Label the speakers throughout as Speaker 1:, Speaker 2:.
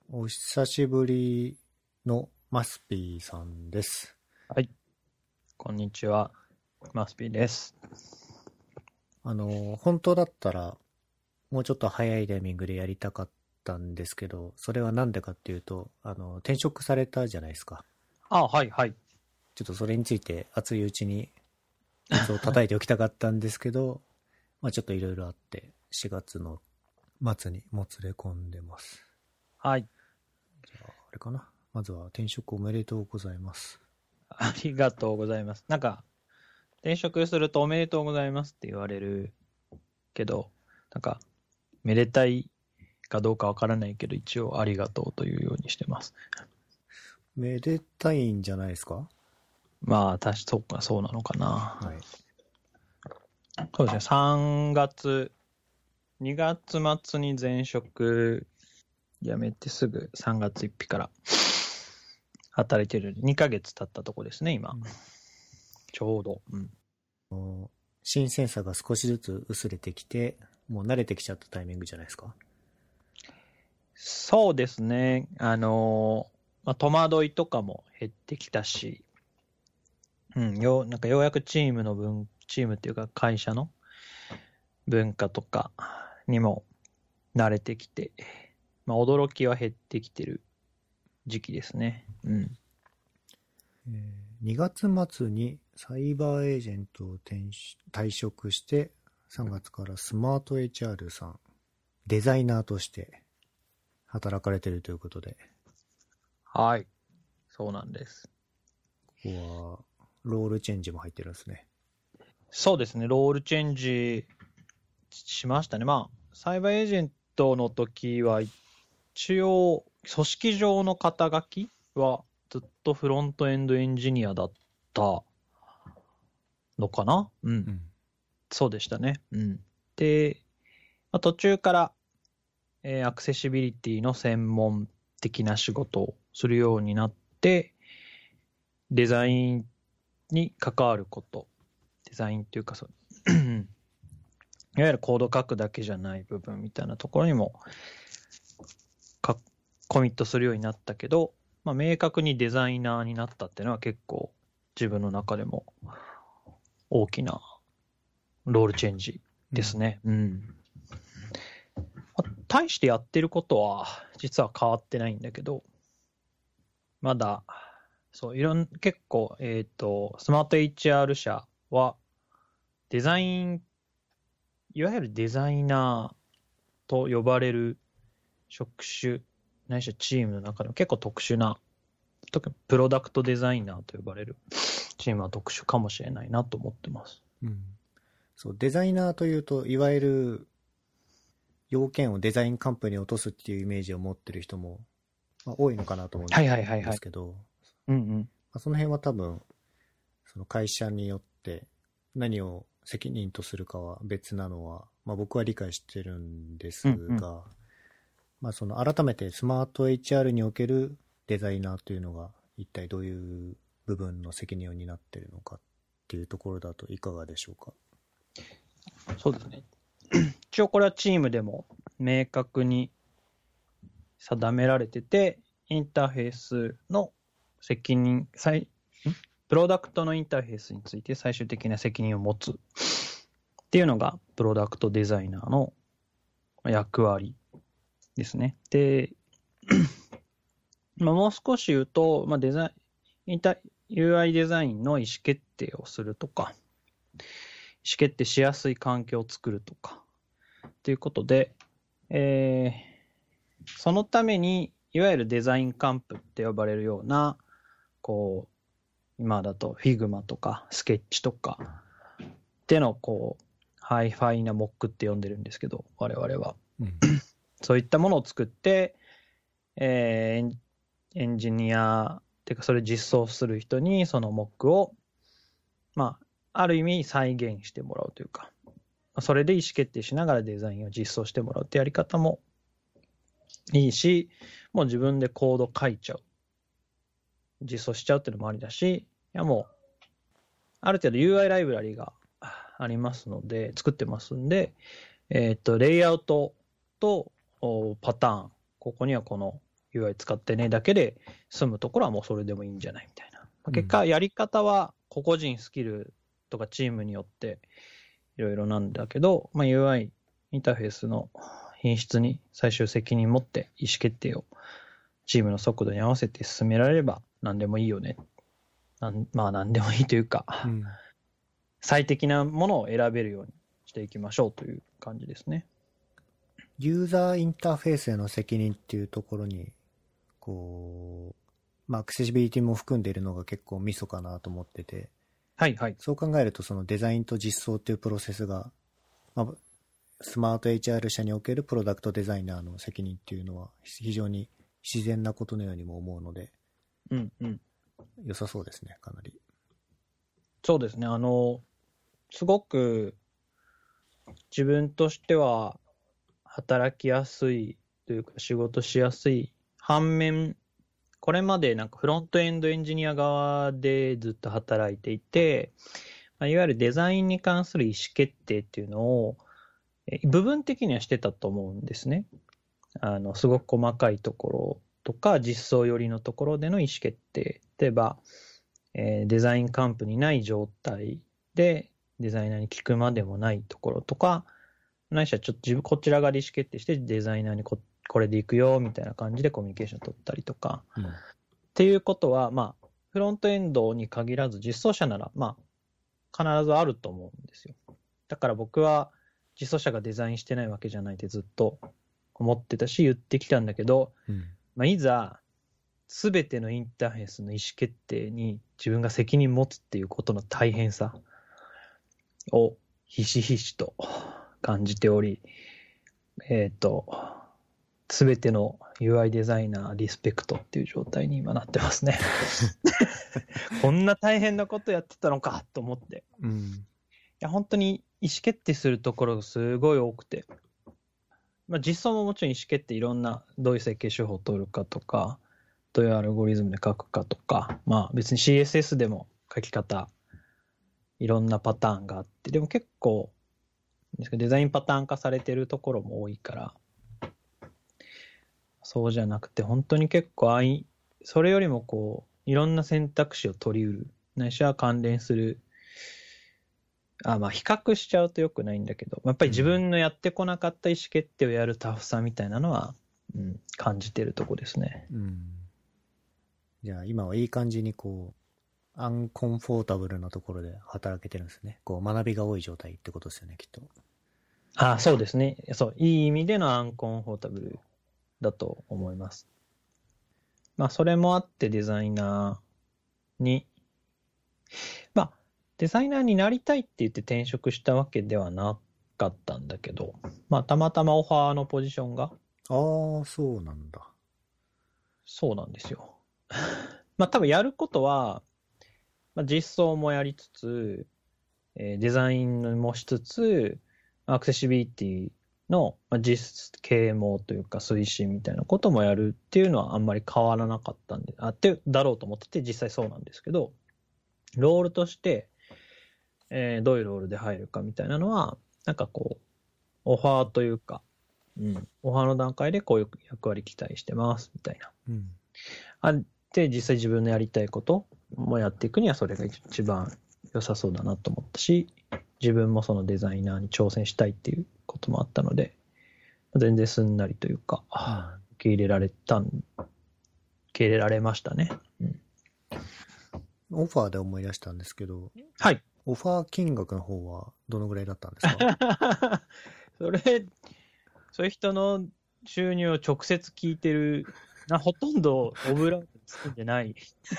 Speaker 1: お久しぶりのマスピーさんです。
Speaker 2: はい、こんにちは、マスピーです。
Speaker 1: 本当だったらもうちょっと早いタイミングでやりたかったんですけど、それはなんでかっていうと、転職されたじゃないですか。
Speaker 2: はいはい。
Speaker 1: ちょっとそれについて熱いうちにケツを叩いておきたかったんですけど、まあちょっといろいろあって4月の末にもつれ込んでます。
Speaker 2: はい。
Speaker 1: じゃあ、あれかな。まずは転職おめでとうございます。
Speaker 2: ありがとうございます。なんか、転職するとおめでとうございますって言われるけど、なんか、めでたいかどうかわからないけど、一応ありがとうというようにしてます。
Speaker 1: めでたいんじゃないですか？
Speaker 2: まあ、そうか、そうなのかな。
Speaker 1: はい。
Speaker 2: そうですね、2月末に前職辞めてすぐ3月1日から働いてる2ヶ月経ったとこですね、今。ちょうど。
Speaker 1: 新鮮さが少しずつ薄れてきて、もう慣れてきちゃったタイミングじゃないですか？
Speaker 2: そうですね。戸惑いとかも減ってきたし、なんかようやくチームっていうか会社の文化とかにも慣れてきて、驚きは減ってきてる時期ですね。
Speaker 1: 2月末にサイバーエージェントを退職して、3月からスマート HR さん、デザイナーとして働かれてるということで。
Speaker 2: はい。そうなんです。
Speaker 1: ここは、ロールチェンジも入ってるんですね。
Speaker 2: そうですね。ロールチェンジしましたね。サイバーエージェントの時は、一応、組織上の肩書きはずっとフロントエンドエンジニアだったのかな？そうでしたね。で、途中から、アクセシビリティの専門的な仕事をするようになって、デザインに関わること、デザインっていうかいわゆるコード書くだけじゃない部分みたいなところにもコミットするようになったけど、明確にデザイナーになったっていうのは結構自分の中でも大きなロールチェンジですね。大してやってることは実は変わってないんだけど、まだそう結構スマート HR 社はデザイン、いわゆるデザイナーと呼ばれる職種ないしはチームの中でも結構特殊な、特にプロダクトデザイナーと呼ばれるチームは特殊かもしれないなと思ってます。
Speaker 1: そう、デザイナーというと、いわゆる要件をデザインカンプに落とすっていうイメージを持ってる人も、多いのかなと思うんですけど、その辺は多分その会社によって何を責任とするかは別なのは、僕は理解してるんですが、その改めてスマート HR におけるデザイナーというのが一体どういう部分の責任を担っているのかっていうところだといかがでしょうか？
Speaker 2: そうですね。一応これはチームでも明確に定められてて、インターフェースの責任、プロダクトのインターフェースについて最終的な責任を持つっていうのがプロダクトデザイナーの役割ですね。で、もう少し言うと、UI デザインの意思決定をするとか、意思決定しやすい環境を作るとか、ということで、そのために、いわゆるデザインカンプって呼ばれるような、今だと Figma とか Sketch とかっていうのをハイファイなモックって呼んでるんですけど、我々は。そういったものを作って、エンジニアっていうかそれ実装する人にそのモックをある意味再現してもらうというか、それで意思決定しながらデザインを実装してもらうってやり方もいいし、もう自分でコード書いちゃう、実装しちゃうっていうのもありだし、もうある程度 UI ライブラリがありますので、作ってますんで、レイアウトとパターン、ここにはこの UI 使ってねだけで済むところはもうそれでもいいんじゃないみたいな。結果、やり方は個々人スキルとかチームによっていろいろなんだけど、UI インターフェースの品質に最終責任持って意思決定をチームの速度に合わせて進められれば何でもいいよね。何でもいいというか、最適なものを選べるようにしていきましょうという感じですね。
Speaker 1: ユーザーインターフェースへの責任っていうところに、アクセシビリティも含んでいるのが結構ミソかなと思ってて、
Speaker 2: はいはい。
Speaker 1: そう考えるとそのデザインと実装っていうプロセスが、スマート HR 社におけるプロダクトデザイナーの責任っていうのは非常に自然なことのようにも思うので、良さそうですね、かなり。
Speaker 2: そうですね。すごく自分としては働きやすいというか仕事しやすい反面、これまでなんかフロントエンドエンジニア側でずっと働いていて、いわゆるデザインに関する意思決定っていうのを部分的にはしてたと思うんですね。すごく細かいところとか実装寄りのところでの意思決定。例えば、デザインカンプにない状態でデザイナーに聞くまでもないところとか、ないしはちょっとこちらが意思決定してデザイナーにこれでいくよみたいな感じでコミュニケーション取ったりとか、っていうことはフロントエンドに限らず実装者なら必ずあると思うんですよ。だから僕は実装者がデザインしてないわけじゃないってずっと思ってたし言ってきたんだけど、いざ全てのインターフェースの意思決定に自分が責任持つっていうことの大変さをひしひしと感じており、全ての UI デザイナーリスペクトっていう状態に今なってますね。こんな大変なことやってたのかと思って。いや本当に意思決定するところがすごい多くて、実装ももちろん意思決定いろんなどういう設計手法を取るかとか、どういうアルゴリズムで書くかとか、別に CSS でも書き方いろんなパターンがあって、でも結構デザインパターン化されてるところも多いから、そうじゃなくて本当に結構それよりもいろんな選択肢を取りうる、ないしは関連する、比較しちゃうとよくないんだけど、やっぱり自分のやってこなかった意思決定をやるタフさみたいなのは、感じてるとこですね。
Speaker 1: じゃあ今はいい感じにアンコンフォータブルなところで働けてるんですね。学びが多い状態ってことですよね、きっと。
Speaker 2: そうですね。そう、いい意味でのアンコンフォータブルだと思います。それもあってデザイナーに、デザイナーになりたいって言って転職したわけではなかったんだけど、たまたまオファーのポジションが。
Speaker 1: そうなんだ。
Speaker 2: そうなんですよ。多分やることは、実装もやりつつ、デザインもしつつ、アクセシビリティの実啓蒙というか推進みたいなこともやるっていうのはあんまり変わらなかったんで、だろうと思ってて実際そうなんですけど、ロールとして、どういうロールで入るかみたいなのは、オファーというか、オファーの段階でこういう役割期待してますみたいな。で、実際自分のやりたいこともやっていくにはそれが一番良さそうだなと思ったし、自分もそのデザイナーに挑戦したいっていうこともあったので、全然すんなりというか、受け入れられましたね。
Speaker 1: オファーで思い出したんですけど、
Speaker 2: はい。
Speaker 1: オファー金額の方はどのぐらいだったんですか？
Speaker 2: そういう人の収入を直接聞いてる、ほとんどオブラートに包んでない。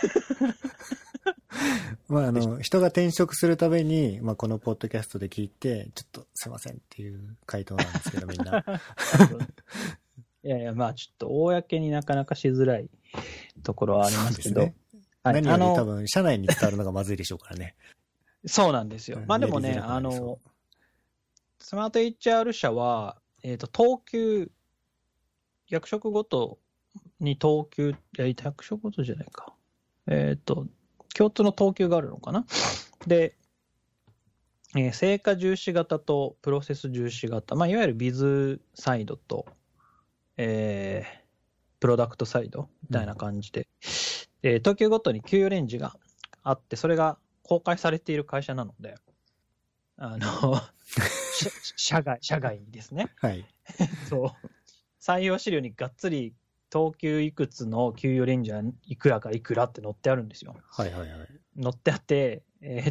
Speaker 1: 人が転職するたびに、このポッドキャストで聞いて、ちょっとすいませんっていう回答なんですけど、みんな。
Speaker 2: いやいや、ちょっと公になかなかしづらいところはありますけど。
Speaker 1: 何より多分、社内に伝わるのがまずいでしょうからね。
Speaker 2: そうなんですよ。でもね、スマート HR 社は、等級、役職ごとに等級、役職ごとじゃないか。共通の等級があるのかな。で、成果重視型とプロセス重視型、いわゆるビズサイドと、 プロダクトサイドみたいな感じで、等級ごとに給与レンジがあって、それが公開されている会社なので、社外にですね、
Speaker 1: はい、
Speaker 2: そう採用資料にがっつり等級いくつの給与レンジはいくらかいくらって載ってあるんですよ。
Speaker 1: はいはいはい。
Speaker 2: 載ってあって、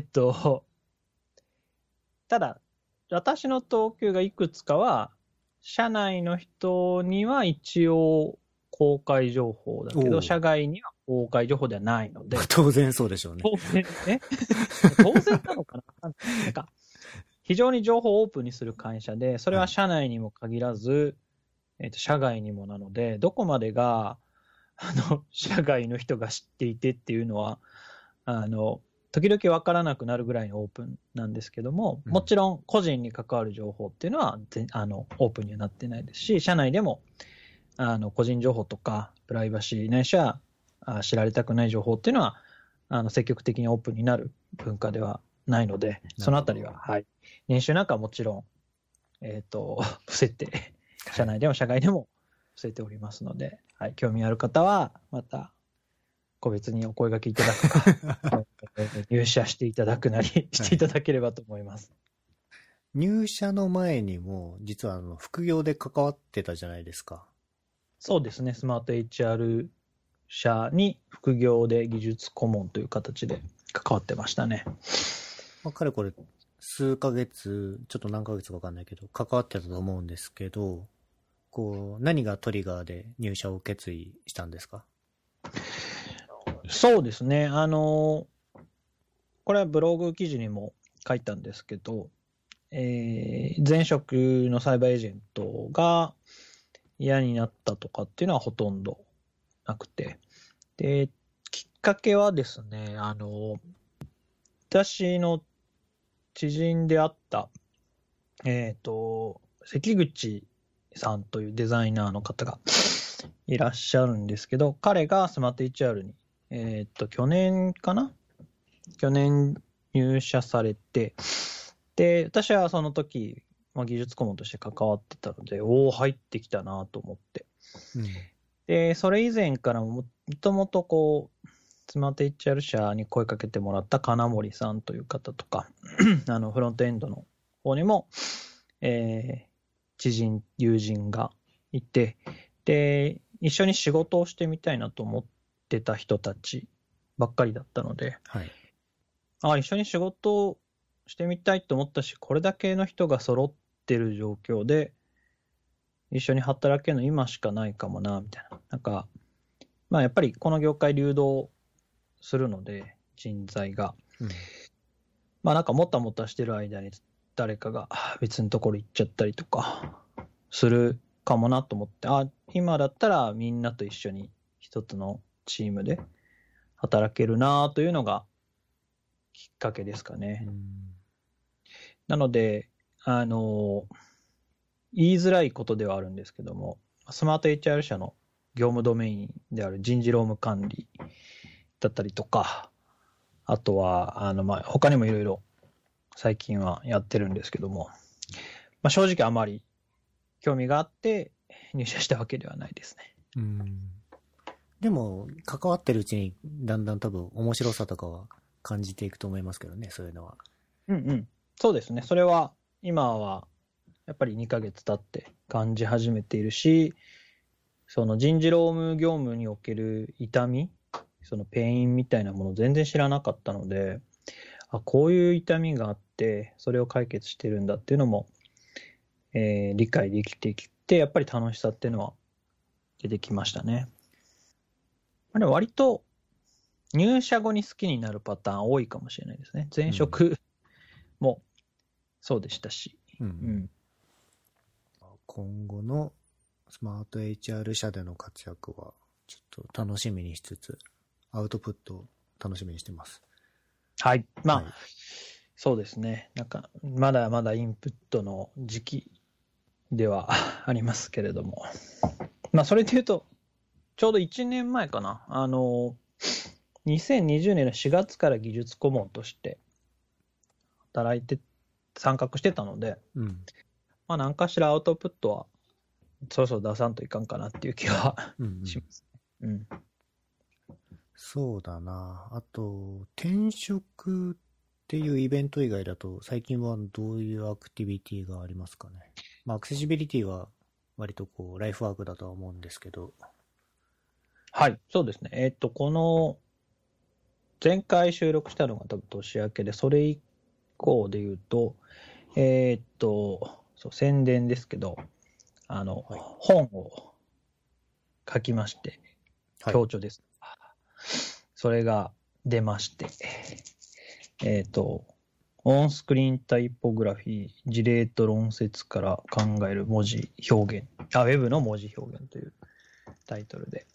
Speaker 2: ただ、私の等級がいくつかは、社内の人には一応公開情報だけど、社外には公開情報ではないので。
Speaker 1: 当然そうでしょうね。
Speaker 2: 当然ね。当然なのかな。なんか、非常に情報をオープンにする会社で、それは社内にも限らず、社外にもなので、どこまでが、社外の人が知っていてっていうのは、時々わからなくなるぐらいのオープンなんですけども、もちろん個人に関わる情報っていうのはオープンにはなってないですし、社内でも個人情報とかプライバシーないしは知られたくない情報っていうのは積極的にオープンになる文化ではないので、そのあたりは、はい、年収なんかはもちろん、伏せて、社内でも社外でも伏せておりますので、はい、興味ある方はまた個別にお声掛けいただくか入社していただくなりしていただければと思います、
Speaker 1: はい、入社の前にも実は副業で関わってたじゃないですか。
Speaker 2: そうですね。スマート HR 社に副業で技術顧問という形で関わってましたね。
Speaker 1: かれこれ数ヶ月、ちょっと何ヶ月か分かんないけど関わってたと思うんですけど、こう何がトリガーで入社を決意したんですか？
Speaker 2: そうですね。これはブログ記事にも書いたんですけど、前職のサイバーエージェントが嫌になったとかっていうのはほとんどなくて、で、きっかけはですね、私の知人であった、関口さんというデザイナーの方がいらっしゃるんですけど、彼がスマート HR に去年かな？去年入社されて、で、私はその時、技術顧問として関わってたので、入ってきたなと思って。で、それ以前からもともとこう、スマート HR 社に声かけてもらった金森さんという方とか、フロントエンドの方にも、知人、友人がいて、で、一緒に仕事をしてみたいなと思ってた人たちばっかりだったので、
Speaker 1: はい、
Speaker 2: 一緒に仕事をしてみたいと思ったし、これだけの人が揃ってる状況で、一緒に働けるの今しかないかもな、みたいな。なんか、やっぱりこの業界流動するので、人材が。なんかもたもたしてる間に誰かが別のところ行っちゃったりとかするかもなと思って、今だったらみんなと一緒に一つのチームで働けるなというのがきっかけですかね。なので、言いづらいことではあるんですけども、スマート HR 社の業務ドメインである人事労務管理だったりとか、あとは、他にもいろいろ最近はやってるんですけども、正直あまり興味があって入社したわけではないですね。
Speaker 1: でも、関わってるうちにだんだん多分面白さとかは感じていくと思いますけどね、そういうのは。
Speaker 2: そうですね。それは今はやっぱり2ヶ月経って感じ始めているし、その人事労務業務における痛み、そのペインみたいなものを全然知らなかったので、こういう痛みがあってそれを解決してるんだっていうのも、理解できてきて、やっぱり楽しさっていうのは出てきましたね。割と入社後に好きになるパターン多いかもしれないですね。前職もそうでしたし、
Speaker 1: 今後のスマート HR 社での活躍はちょっと楽しみにしつつ、アウトプットを楽しみにしてます。
Speaker 2: はい。そうですね。なんか、まだまだインプットの時期ではありますけれども。それで言うと、ちょうど1年前かな。2020年の4月から技術顧問として参画してたので、何かしらアウトプットはそろそろ出さんといかんかなっていう気はしますね。
Speaker 1: そうだな。あと、転職っていうイベント以外だと、最近はどういうアクティビティがありますかね。まあ、アクセシビリティは割とこう、ライフワークだとは思うんですけど。
Speaker 2: はい、そうですね。この、前回収録したのが多分年明けで、それ以降で言うと、そう宣伝ですけど、はい、本を書きまして、強調です。はい、それが出まして、オンスクリーンタイポグラフィー、事例と論説から考える文字表現、ウェブの文字表現というタイトルで、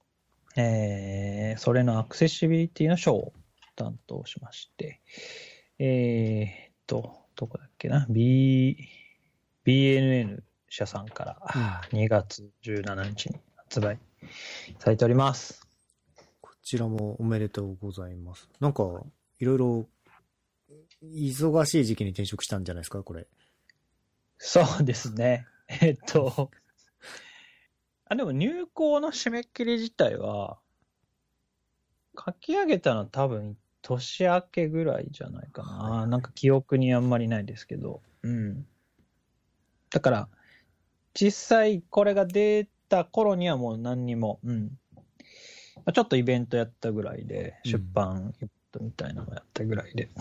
Speaker 2: それのアクセシビリティの賞を担当しまして、どこだっけな、BNN 社さんから2月17日に発売されております。
Speaker 1: こちらもおめでとうございます。なんか、いろいろ、忙しい時期に転職したんじゃないですか、これ。
Speaker 2: そうですね。でも入校の締め切り自体は、書き上げたの多分年明けぐらいじゃないかな。はいはい、なんか記憶にあんまりないですけど。だから、実際これが出た頃にはもう何にも、ちょっとイベントやったぐらいで、出版イベントみたいなのやったぐらいで。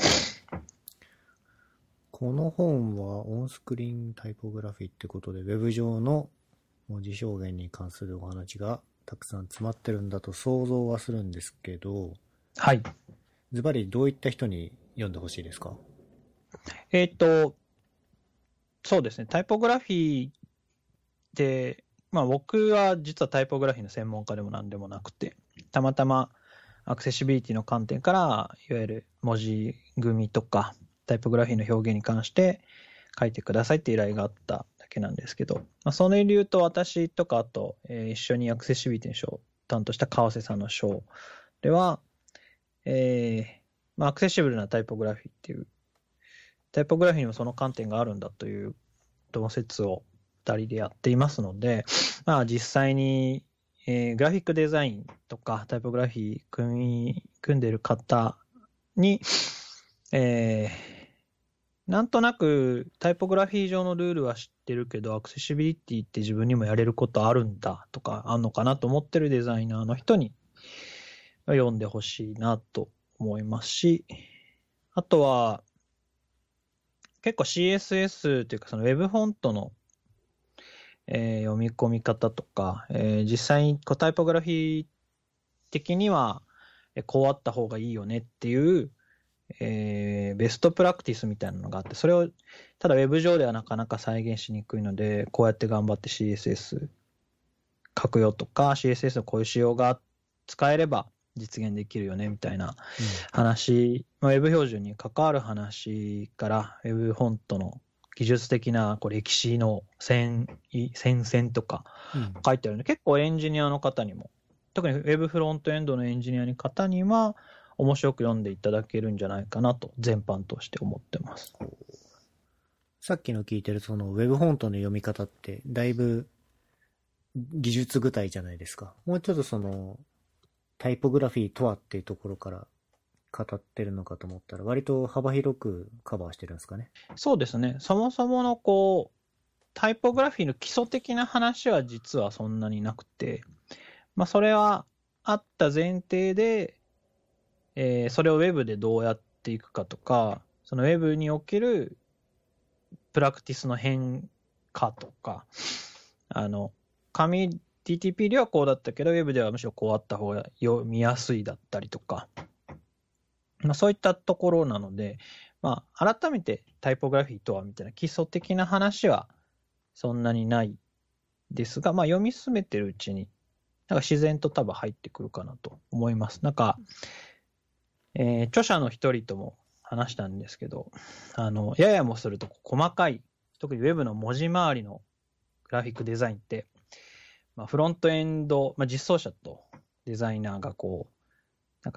Speaker 1: この本はオンスクリーンタイポグラフィーってことで、ウェブ上の文字表現に関するお話がたくさん詰まってるんだと想像はするんですけど、
Speaker 2: はい。
Speaker 1: ズバリどういった人に読んでほしいですか？
Speaker 2: そうですね。タイポグラフィーで、僕は実はタイポグラフィーの専門家でも何でもなくて、たまたまアクセシビリティの観点から、いわゆる文字組みとか、タイポグラフィーの表現に関して書いてくださいって依頼があっただけなんですけど、その理由と私とか、あと、一緒にアクセシビリティの賞を担当した川瀬さんの賞では、アクセシブルなタイポグラフィーっていう、タイポグラフィーにもその観点があるんだという論説を2人でやっていますので、実際に、グラフィックデザインとかタイポグラフィー組んでいる方に、なんとなくタイポグラフィー上のルールは知ってるけど、アクセシビリティって自分にもやれることあるんだとか、あんのかなと思ってるデザイナーの人に読んでほしいなと思いますし、あとは、結構 CSS というかその Web フォントの、読み込み方とか、実際にタイポグラフィー的にはこうあった方がいいよねっていう、ベストプラクティスみたいなのがあって、それをただ Web 上ではなかなか再現しにくいので、こうやって頑張って CSS 書くよとか、CSS のこういう仕様が使えれば実現できるよねみたいな話、Web 標準に関わる話から Web フォントの技術的な歴史の戦線とか書いてあるので、結構エンジニアの方にも、特に Web フロントエンドのエンジニアの方には面白く読んでいただけるんじゃないかなと全般として思ってます。
Speaker 1: さっきの聞いてるその Web フォントの読み方ってだいぶ技術具体じゃないですか。もうちょっとそのタイポグラフィーとはっていうところから語ってるのかと思ったら、割と幅広くカバーしてるんですかね。
Speaker 2: そうですね。そもそものタイポグラフィーの基礎的な話は実はそんなになくて、それはあった前提で、それを Web でどうやっていくかとか、その Web におけるプラクティスの変化とか、紙 TTP ではこうだったけど、Web ではむしろこうあった方が読みやすいだったりとか、そういったところなので、改めてタイポグラフィーとはみたいな基礎的な話はそんなにないですが、読み進めてるうちに、自然と多分入ってくるかなと思います。著者の一人とも話したんですけど、ややもすると細かい、特に Web の文字周りのグラフィックデザインって、フロントエンド、実装者とデザイナーが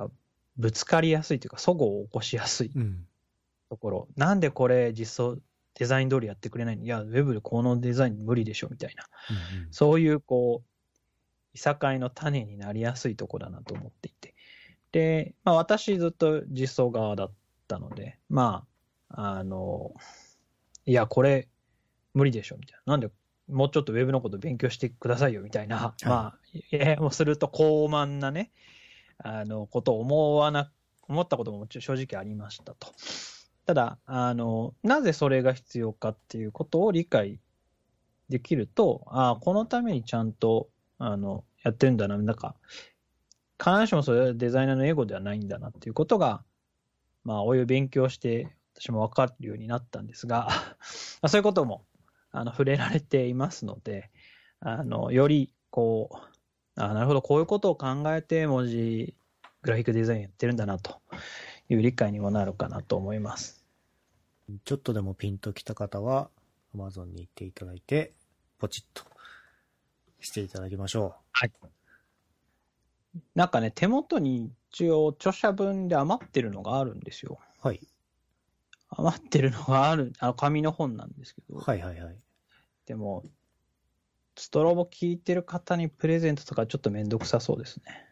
Speaker 2: ぶつかりやすいというか、齟齬を起こしやすいところ、なんでこれ実装デザイン通りやってくれないの？いや、ウェブでこのデザイン無理でしょみたいな。
Speaker 1: うんうん、
Speaker 2: そういうこう、いさかいの種になりやすいとこだなと思っていて。で、まあ私ずっと実装側だったので、まあ、いや、これ無理でしょみたいな。なんでもうちょっとウェブのこと勉強してくださいよみたいな。はい、まあ、もうすると高慢なね、ことを思ったことも正直ありましたと。ただ、なぜそれが必要かっていうことを理解できると、このためにちゃんと、やってるんだな、なんか、必ずしもそれはデザイナーのエゴではないんだなっていうことが、まあ、おいおい勉強して、私も分かるようになったんですが、そういうことも、触れられていますので、より、こう、なるほど、こういうことを考えて文字、グラフィックデザインやってるんだな、という理解にもなるかなと思います。
Speaker 1: ちょっとでもピンときた方は、Amazon に行っていただいて、ポチッとしていただきましょう。
Speaker 2: はい。なんかね、手元に一応著者分で余ってるのがあるんですよ。
Speaker 1: はい。
Speaker 2: 余ってるのがある、紙の本なんですけど。
Speaker 1: はいはいはい。
Speaker 2: でも、ストロボ聞いてる方にプレゼントとかちょっとめんどくさそうですね。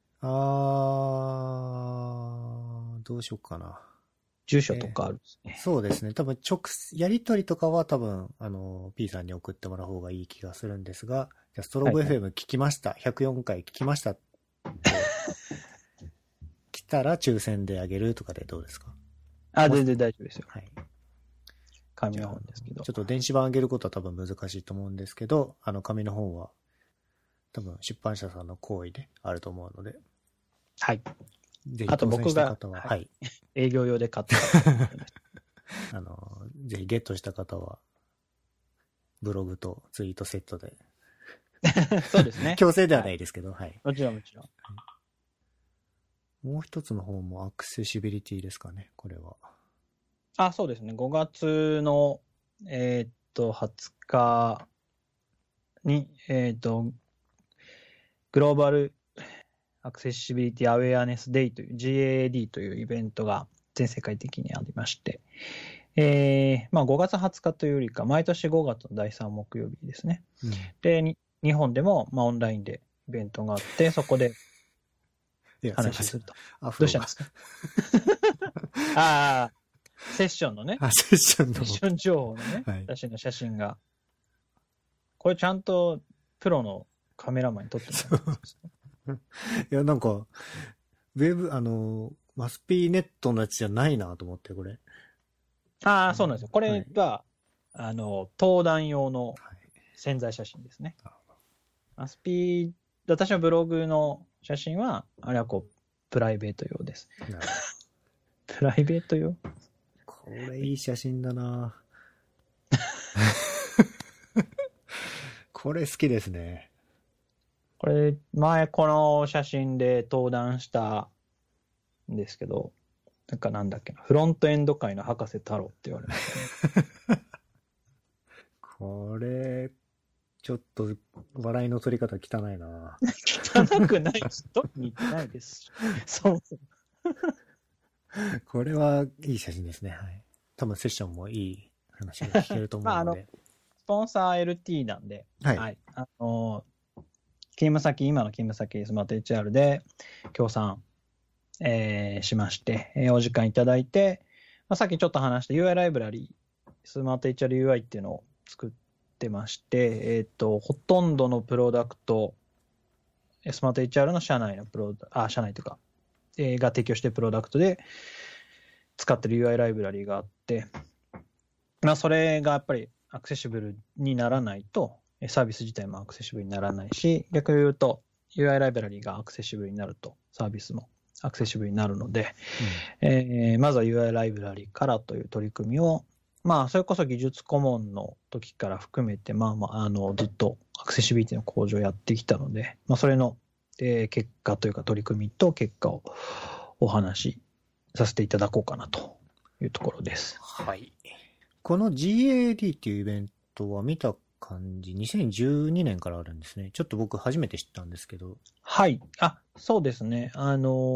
Speaker 1: どうしようかな。
Speaker 2: 住所とかあるんですね。
Speaker 1: そうですね。多分やりとりとかは多分、P さんに送ってもらう方がいい気がするんですが、じゃストロボ FM 聞きました。はいはい、104回聞きましたって来たら抽選であげるとかでどうですか？
Speaker 2: 全然大丈夫ですよ。
Speaker 1: はい。
Speaker 2: 紙の本ですけど。
Speaker 1: ちょっと電子版あげることは多分難しいと思うんですけど、紙の本は多分出版社さんの行為であると思うので。
Speaker 2: はい。
Speaker 1: ぜひ当選した方は、
Speaker 2: はい。営業用で買った
Speaker 1: ぜひゲットした方は、ブログとツイートセットで。
Speaker 2: そうですね。
Speaker 1: 強制ではないですけど、はい。
Speaker 2: もちろんもちろん。
Speaker 1: もう一つの方もアクセシビリティですかね、これは。
Speaker 2: そうですね。5月の、20日に、グローバルアクセシビリティアウェアネスデイという GAD というイベントが全世界的にありまして、まあ5月20日というよりか、毎年5月の第3木曜日ですね。うん、で、日本でも、まあ、オンラインでイベントがあって、そこで話すると。どうしたんですか？セッションのね。
Speaker 1: セッショ
Speaker 2: ン情報のね、はい、私の写真が。これちゃんとプロのカメラマンに撮ってもらったんですね。
Speaker 1: いや、なんか、ウェブ、マスピーネットのやつじゃないなと思って、これ。
Speaker 2: そうなんですよ。これが、はい、登壇用の宣材写真ですね。はい、マスピー、私のブログの写真は、あれはこう、プライベート用です。プライベート用？
Speaker 1: これいい写真だなこれ好きですね。
Speaker 2: これ、前この写真で登壇したんですけど、なんだっけな、フロントエンド界の博士太郎って言われましたね。
Speaker 1: これ、ちょっと笑いの取り方汚いな
Speaker 2: 汚くないし、特にないです。そう。
Speaker 1: これはいい写真ですね。はい。多分セッションもいい話が聞けると思うので。
Speaker 2: スポンサー LT なんで、
Speaker 1: はい。
Speaker 2: はい、今の勤務先、スマート HR で協賛、しまして、お時間いただいて、さっきちょっと話した UI ライブラリー、スマート HRUI っていうのを作ってまして、ほとんどのプロダクト、スマート HR の社内というか、が提供しているプロダクトで使ってる UI ライブラリーがあって、それがやっぱりアクセシブルにならないと、サービス自体もアクセシブルにならないし、逆に言うと UI ライブラリーがアクセシブルになるとサービスもアクセシブルになるので、まずは UI ライブラリーからという取り組みを、それこそ技術顧問の時から含めて、ずっとアクセシビリティの向上をやってきたので、それの、結果というか取り組みと結果をお話しさせていただこうかなというところです。
Speaker 1: はい。この GAD っていうイベントは見た感じ、2012年からあるんですね。ちょっと僕初めて知ったんですけど。
Speaker 2: はい。そうですね。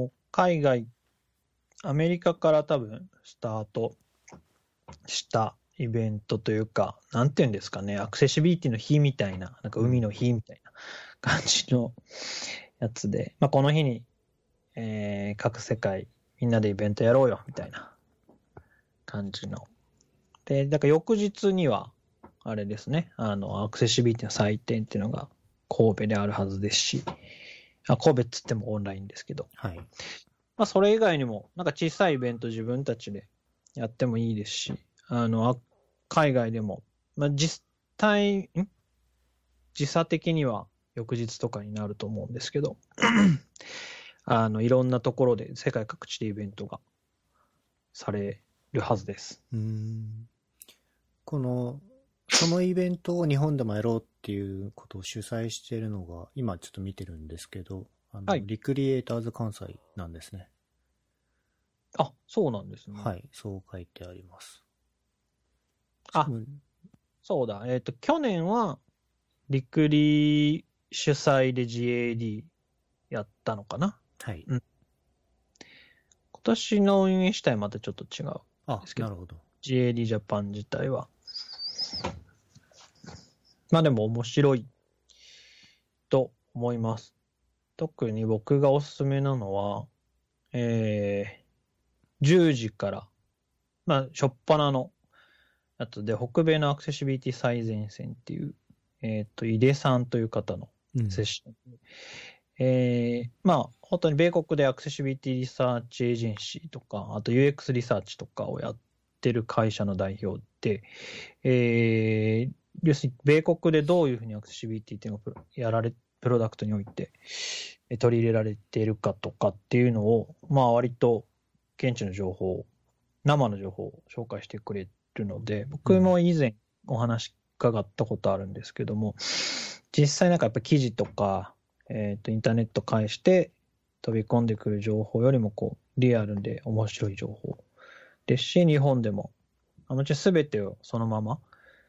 Speaker 2: アメリカから多分スタートしたイベントというか、なんていうんですかね、アクセシビリティの日みたいな、なんか海の日みたいな感じのやつで、まあ、この日に、各世界みんなでイベントやろうよみたいな感じの。で、だから翌日には、あれですね、アクセシビリティの祭典っていうのが神戸であるはずですし、神戸っつってもオンラインですけど、
Speaker 1: はい。
Speaker 2: まあ、それ以外にも、なんか小さいイベント自分たちでやってもいいですし、海外でも、まあ、時差的には翌日とかになると思うんですけど、いろんなところで世界各地でイベントがされるはずです。
Speaker 1: そのイベントを日本でもやろうっていうことを主催しているのが、今ちょっと見てるんですけど、はい、リクリエイターズ関西なんですね。
Speaker 2: あ、そうなんですね。
Speaker 1: はい、そう書いてあります。
Speaker 2: あ、そうだ。去年は、リクリ主催で GAD やったのかな。
Speaker 1: はい。
Speaker 2: 今年の運営自体はまたちょっと違うんですけど。
Speaker 1: なるほど。
Speaker 2: GAD ジャパン自体は。まあでも面白いと思います。特に僕がおすすめなのは、10時から、まあ、初っ端のやつで、北米のアクセシビリティ最前線っていう、井出さんという方のセッション。まあ、本当に米国でアクセシビリティリサーチエージェンシーとか、あと UX リサーチとかをやってる会社の代表で、要するに米国でどういうふうにアクセシビリティっていうのをプロダクトにおいて取り入れられているかとかっていうのを、まあ割と現地の情報、生の情報を紹介してくれるので、僕も以前お話伺ったことあるんですけども、実際なんかやっぱ記事とか、インターネット介して飛び込んでくる情報よりもこうリアルで面白い情報ですし、日本でももちろん全てをそのまま、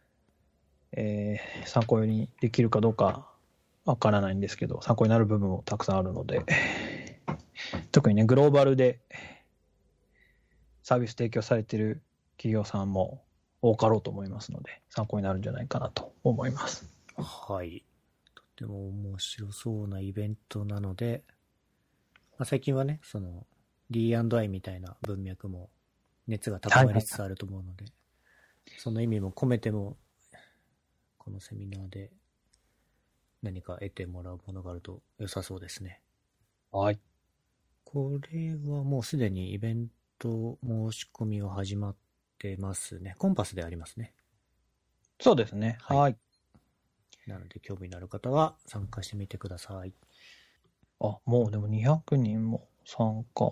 Speaker 2: 参考にできるかどうかわからないんですけど、参考になる部分もたくさんあるので、特にね、グローバルでサービス提供されている企業さんも多かろうと思いますので、参考になるんじゃないかなと思います。
Speaker 1: はい。とても面白そうなイベントなので、まあ、最近はね、その D&I みたいな文脈も熱が高まりつつあると思うので、その意味も込めても、このセミナーで何か得てもらうものがあると良さそうですね。
Speaker 2: はい。
Speaker 1: これはもうすでにイベント申し込みは始まってますね。コンパスでありますね。
Speaker 2: そうですね。はい。
Speaker 1: なので興味のある方は参加してみてください。
Speaker 2: あ、もうでも200人も参加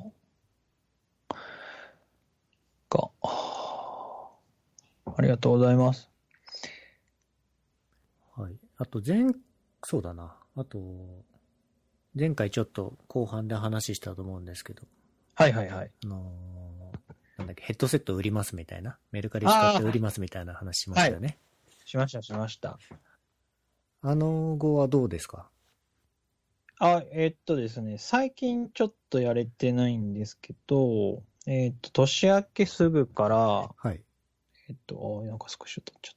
Speaker 2: が。ありがとうございます。
Speaker 1: はい。あとそうだな。あと、前回ちょっと後半で話したと思うんですけど。
Speaker 2: はいはいはい。
Speaker 1: なんだっけ、ヘッドセット売りますみたいな。メルカリ使って売りますみたいな話しましたよね。
Speaker 2: はい、しました。
Speaker 1: 後はどうですか？
Speaker 2: ですね、最近ちょっとやれてないんですけど、年明けすぐから、
Speaker 1: はい。
Speaker 2: なんか少し取っちゃった。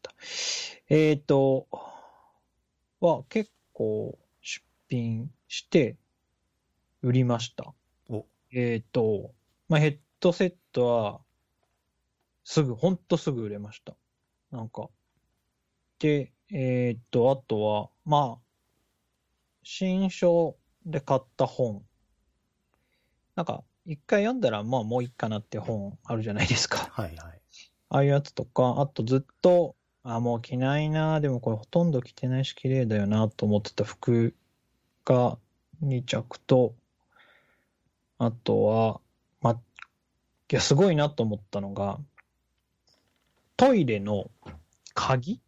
Speaker 2: は結構出品して売りました。まあ、ヘッドセットはほんとすぐ売れました。なんか。で、あとは、まあ、新書で買った本。なんか、一回読んだら、まあもういいかなって本あるじゃないですか。
Speaker 1: はいはい。
Speaker 2: ああいうやつとか、あとずっと、もう着ないな、でもこれほとんど着てないし綺麗だよなと思ってた服が2着と、あとは、いや、すごいなと思ったのが、トイレの鍵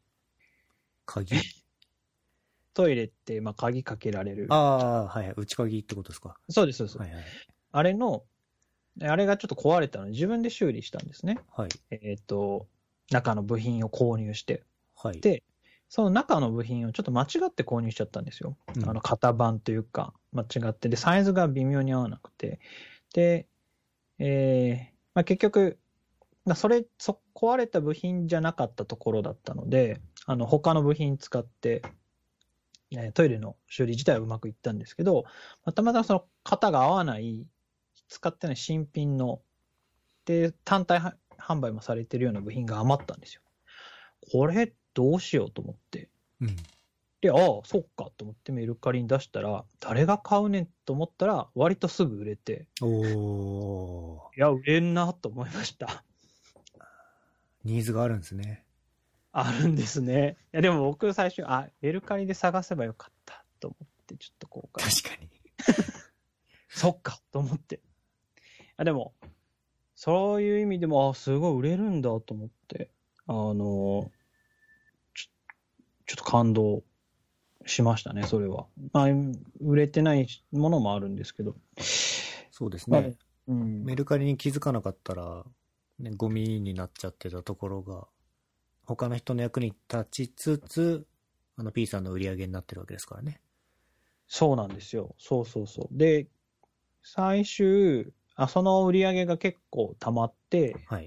Speaker 2: トイレって、まあ、鍵かけられる。
Speaker 1: はいはい。内鍵ってことですか？
Speaker 2: そうです、そうです。
Speaker 1: はいはい。
Speaker 2: あれがちょっと壊れたので、自分で修理したんですね。
Speaker 1: はい。
Speaker 2: 中の部品を購入して。
Speaker 1: はい。
Speaker 2: で、その中の部品をちょっと間違って購入しちゃったんですよ。型番というか、間違って。で、サイズが微妙に合わなくて。で、まあ、結局、こ壊れた部品じゃなかったところだったので、他の部品使って、トイレの修理自体はうまくいったんですけど、たまたまその型が合わない、使ってない新品の、で、単体販売もされてるような部品が余ったんですよ。これ、どうしようと思って。
Speaker 1: うん、
Speaker 2: で、ああ、そっかと思ってメルカリに出したら、誰が買うねんと思ったら、割とすぐ売れて。
Speaker 1: おー。
Speaker 2: いや、売れんなと思いました。
Speaker 1: ニーズがあるんですね。
Speaker 2: あるんですね。いや、でも僕最初、メルカリで探せばよかったと思って、ちょっと後悔。
Speaker 1: 確かに。そ
Speaker 2: っかと思って。でも、そういう意味でも、すごい売れるんだと思って、ちょっと感動しましたね、それは。売れてないものもあるんですけど。
Speaker 1: そうですね。メルカリに気づかなかったら、ね、ゴミになっちゃってたところが、他の人の役に立ちつつ、P さんの売り上げになってるわけですからね。
Speaker 2: そうなんですよ。そう。で、最終、その売り上げが結構溜まって、
Speaker 1: はい。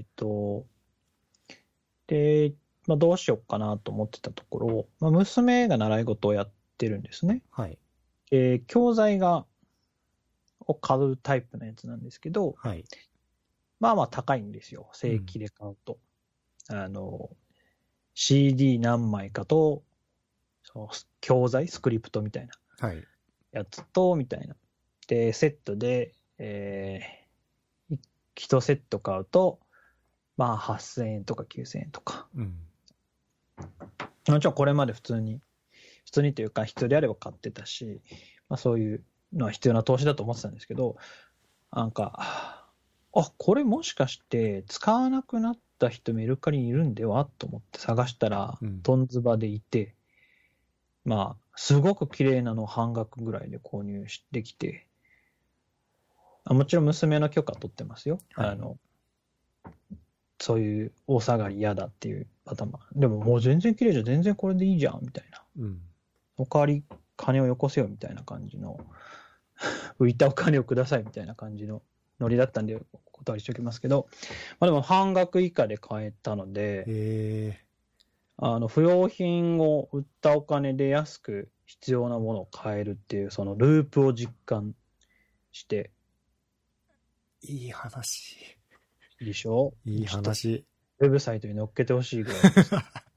Speaker 2: で、どうしようかなと思ってたところ、娘が習い事をやってるんですね。
Speaker 1: はい。
Speaker 2: 教材を買うタイプのやつなんですけど、
Speaker 1: はい。
Speaker 2: 高いんですよ。正規で買うと。CD 何枚かと、教材、スクリプトみたいなやつと、みたいな。で、セットで、1セット買うと、8000円とか9000円とか。もちろんこれまで普通にというか必要であれば買ってたし、そういうのは必要な投資だと思ってたんですけど、なんか、これもしかして使わなくなった人メルカリにいるんではと思って探したら、トンズバでいて、すごく綺麗なのを半額ぐらいで購入できて、もちろん娘の許可取ってますよ。はい、そういう大下がり嫌だっていうパターンも。でももう全然綺麗じゃん、全然これでいいじゃんみたいな。お代わり金をよこせよみたいな感じの、浮いたお金をくださいみたいな感じのノリだったんでお断りしておきますけど、でも半額以下で買えたので、不要品を売ったお金で安く必要なものを買えるっていう、そのループを実感して。
Speaker 1: いい話。
Speaker 2: でしょ？
Speaker 1: いい話。
Speaker 2: ウェブサイトに載っけてほしいぐらいです。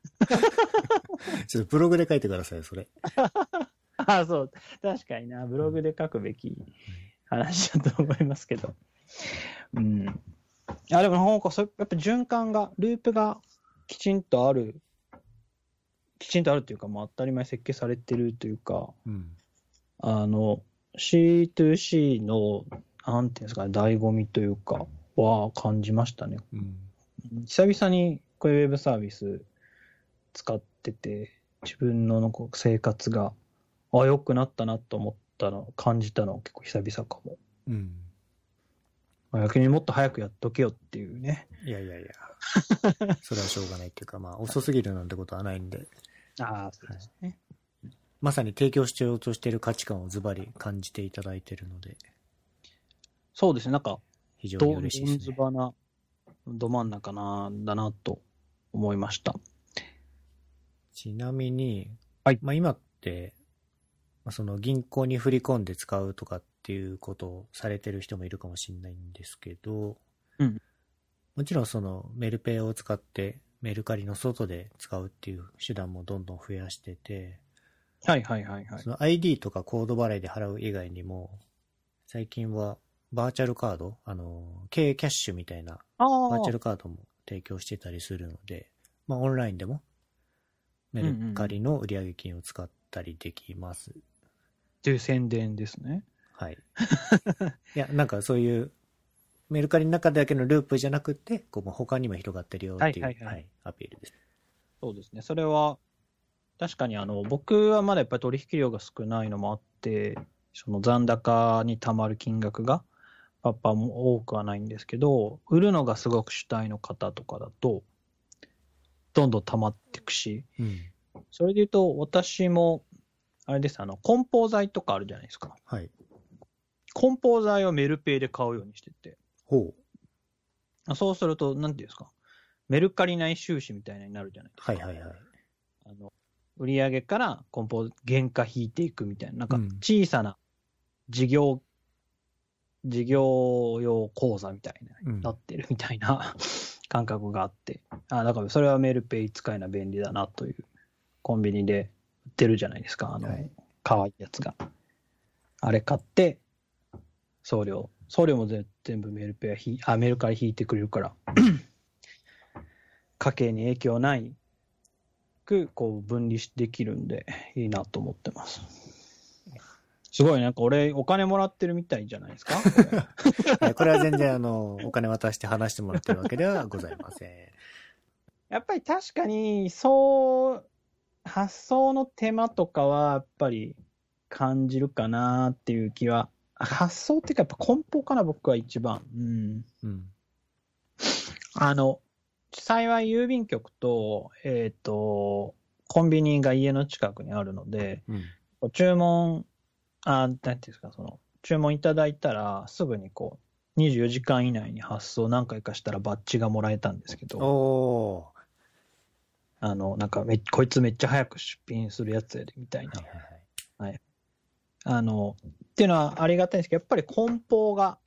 Speaker 1: ちょっとブログで書いてください、それ。
Speaker 2: そう。確かにな。ブログで書くべき話だと思いますけど。でもなんかやっぱ循環が、ループがきちんとあるというか、当たり前設計されてるというか、C2C の、なんていうんですかね、醍醐味というか、は感じましたね。久々にこういうウェブサービス使ってて、自分の生活が、良くなったなと思ったの、感じたの結構久々かも。逆にもっと早くやっとけよっていうね。
Speaker 1: いや。それはしょうがないっていうか、遅すぎるなんてことはないんで。
Speaker 2: そうですね。
Speaker 1: まさに提供しようとしている価値観をズバリ感じていただいているので。
Speaker 2: そうですね、なんか、
Speaker 1: 非常に嬉しいですね。
Speaker 2: ど真ん中だなと思いました。
Speaker 1: ちなみに、
Speaker 2: 今
Speaker 1: って、その銀行に振り込んで使うとかっていうことをされてる人もいるかもしれないんですけど、もちろんそのメルペイを使ってメルカリの外で使うっていう手段もどんどん増やしてて、その ID とかコード払いで払う以外にも、最近はバーチャルカード、K キャッシュみたいなバーチャルカードも提供してたりするので、オンラインでもメルカリの売上金を使ったりできます。
Speaker 2: という宣伝ですね。
Speaker 1: はい。いや、なんかそういうメルカリの中だけのループじゃなくて、他にも広がってるよっていう、アピールです。
Speaker 2: そうですね。それは確かに僕はまだやっぱり取引量が少ないのもあって、その残高にたまる金額がも多くはないんですけど、売るのがすごく主体の方とかだとどんどん溜まっていくし、それで言うと私もあれです、梱包材とかあるじゃないですか。梱包材をメルペイで買うようにしてて、そうするとなんていうんですか、 メルカリ内収支みたいなになるじゃないですか。
Speaker 1: はいはいはい。
Speaker 2: 売上から原価引いていくみたいな、なんか小さな事業用口座みたいな、なってるみたいな感覚があって、だからそれはメルペイ使いな便利だなという、コンビニで売ってるじゃないですか、可愛いやつが。あれ買って、送料も全部メルカリ引いてくれるから、家計に影響ないく、こう分離できるんで、いいなと思ってます。すごい、なんか俺、お金もらってるみたいじゃないですか
Speaker 1: これは全然お金渡して話してもらってるわけではございません。
Speaker 2: やっぱり確かに、発想の手間とかは、やっぱり感じるかなっていう気は、発想っていうか、やっぱ梱包かな、僕は一番。幸い郵便局と、コンビニが家の近くにあるので、注文、なんていうんですか、注文いただいたら、すぐに24時間以内に発送何回かしたらバッジがもらえたんですけど、なんかこいつめっちゃ早く出品するやつやで、みたいな。はい。っていうのはありがたいんですけど、やっぱり梱包が、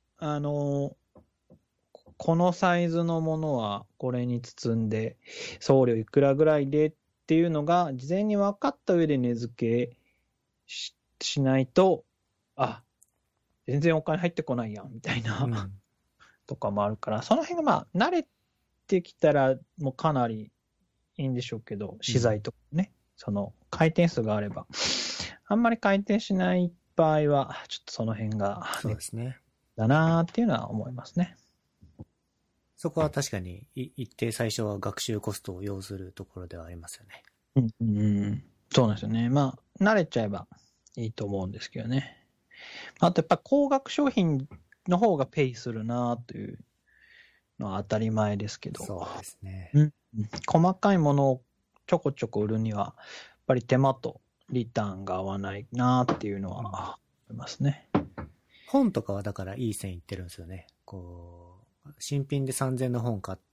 Speaker 2: このサイズのものはこれに包んで、送料いくらぐらいでっていうのが、事前に分かった上で値付けしないと、全然お金入ってこないやん、みたいな、とかもあるから、その辺が慣れてきたら、もうかなりいいんでしょうけど、資材とかね、回転数があれば、あんまり回転しない場合は、ちょっとその辺が、
Speaker 1: そうですね。
Speaker 2: だなーっていうのは思いますね。
Speaker 1: そこは確かに一定最初は学習コストを要するところではありますよ
Speaker 2: ね。そうなんですよね。慣れちゃえばいいと思うんですけどね。あとやっぱ高額商品の方がペイするなというのは当たり前ですけど。
Speaker 1: そうですね。
Speaker 2: 細かいものをちょこちょこ売るには、やっぱり手間とリターンが合わないなっていうのは思いますね。
Speaker 1: 本とかはだからいい線いってるんですよね。新品で3000円の本買って、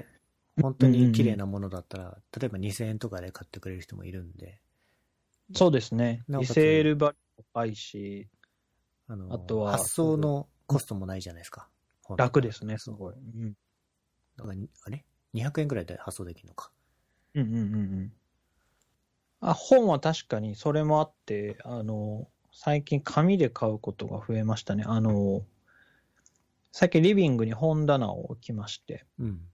Speaker 1: 本当に綺麗なものだったら、例えば2000円とかで買ってくれる人もいるんで。
Speaker 2: そうですね。リセールバリュー高いし、あとは。
Speaker 1: 発送のコストもないじゃないですか。
Speaker 2: 楽ですね、すごい。
Speaker 1: だから、200円くらいで発送できるのか。
Speaker 2: 本は確かにそれもあって、最近紙で買うことが増えましたね。最近リビングに本棚を置きまして、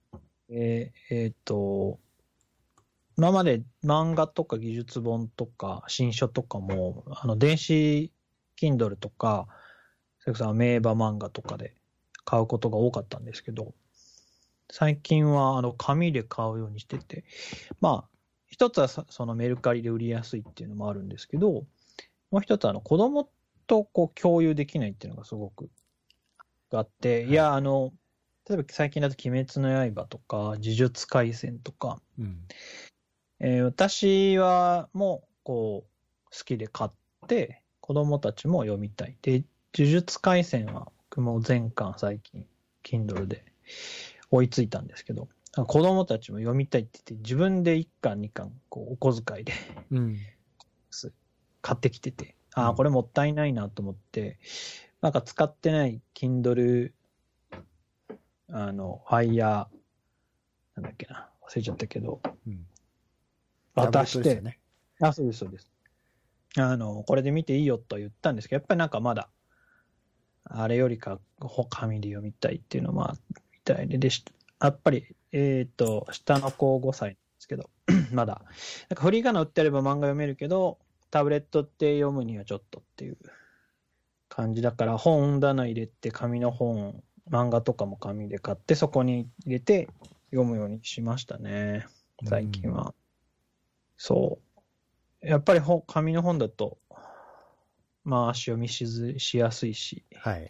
Speaker 2: 今まで漫画とか技術本とか新書とかも、電子 Kindle とか、それこそ名馬漫画とかで買うことが多かったんですけど、最近は紙で買うようにしてて、一つはそのメルカリで売りやすいっていうのもあるんですけど、もう一つは子供と共有できないっていうのがすごくあって、例えば最近だと鬼滅の刃とか、呪術廻戦とか、私はもう好きで買って、子供たちも読みたい。で、呪術廻戦は僕も全巻最近、Kindle で追いついたんですけど、子供たちも読みたいって言って、自分で1巻2巻、お小遣いで、買ってきてて、これもったいないなと思って、なんか使ってない Kindle、Fire、なんだっけな、忘れちゃったけど、渡して、そうです、そうです。これで見ていいよと言ったんですけど、やっぱりなんかまだ、あれよりか紙で読みたいっていうのもあみたいで、やっぱり、下の子5歳なんですけど、まだ、なんかフリー仮名売ってあれば漫画読めるけど、タブレットって読むにはちょっとっていう感じだから、本棚入れて紙の本、漫画とかも紙で買って、そこに入れて読むようにしましたね、最近は。そう。やっぱり紙の本だと、足読みしやすいし、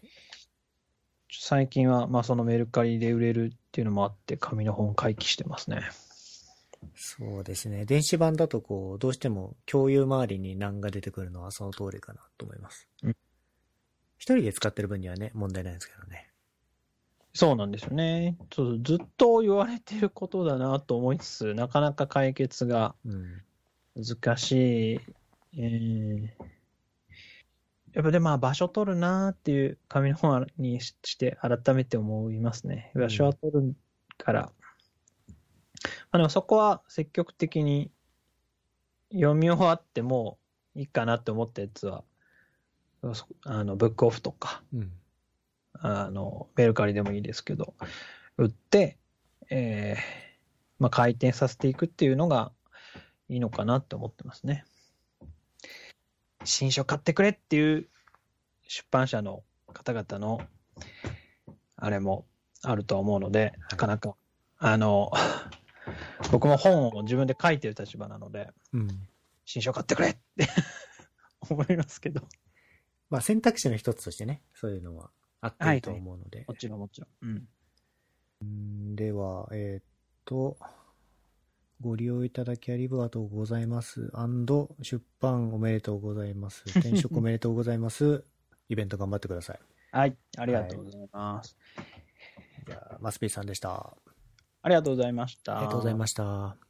Speaker 2: 最近はそのメルカリで売れるっていうのもあって、紙の本回帰してますね。
Speaker 1: そうですね。電子版だとどうしても共有周りに難が出てくるのはその通りかなと思います。一人で使ってる分にはね、問題ないんですけどね。
Speaker 2: そうなんですよね。ずっと言われてることだなと思いつつ、なかなか解決が難しい。やっぱでまあ場所取るなっていう紙の本にして改めて思いますね。場所は取るから。まあでもそこは積極的に読み終わってもいいかなって思ったやつは、ブックオフとか、メルカリでもいいですけど、売って、まあ回転させていくっていうのがいいのかなって思ってますね。新書買ってくれっていう出版社の方々のあれもあると思うので、なかなか僕も本を自分で書いてる立場なので、新書買ってくれって思いますけど、
Speaker 1: まあ選択肢の一つとしてね、そういうのはあっていいと思うので、
Speaker 2: もちろんもちろ
Speaker 1: ん。ではご利用いただきありがとうございます。出版おめでとうございます。転職おめでとうございます。イベント頑張ってください。
Speaker 2: はい、ありがとうございます。
Speaker 1: じゃあ、マスピーさんでした。
Speaker 2: ありがとうございました。
Speaker 1: ありがとうございました。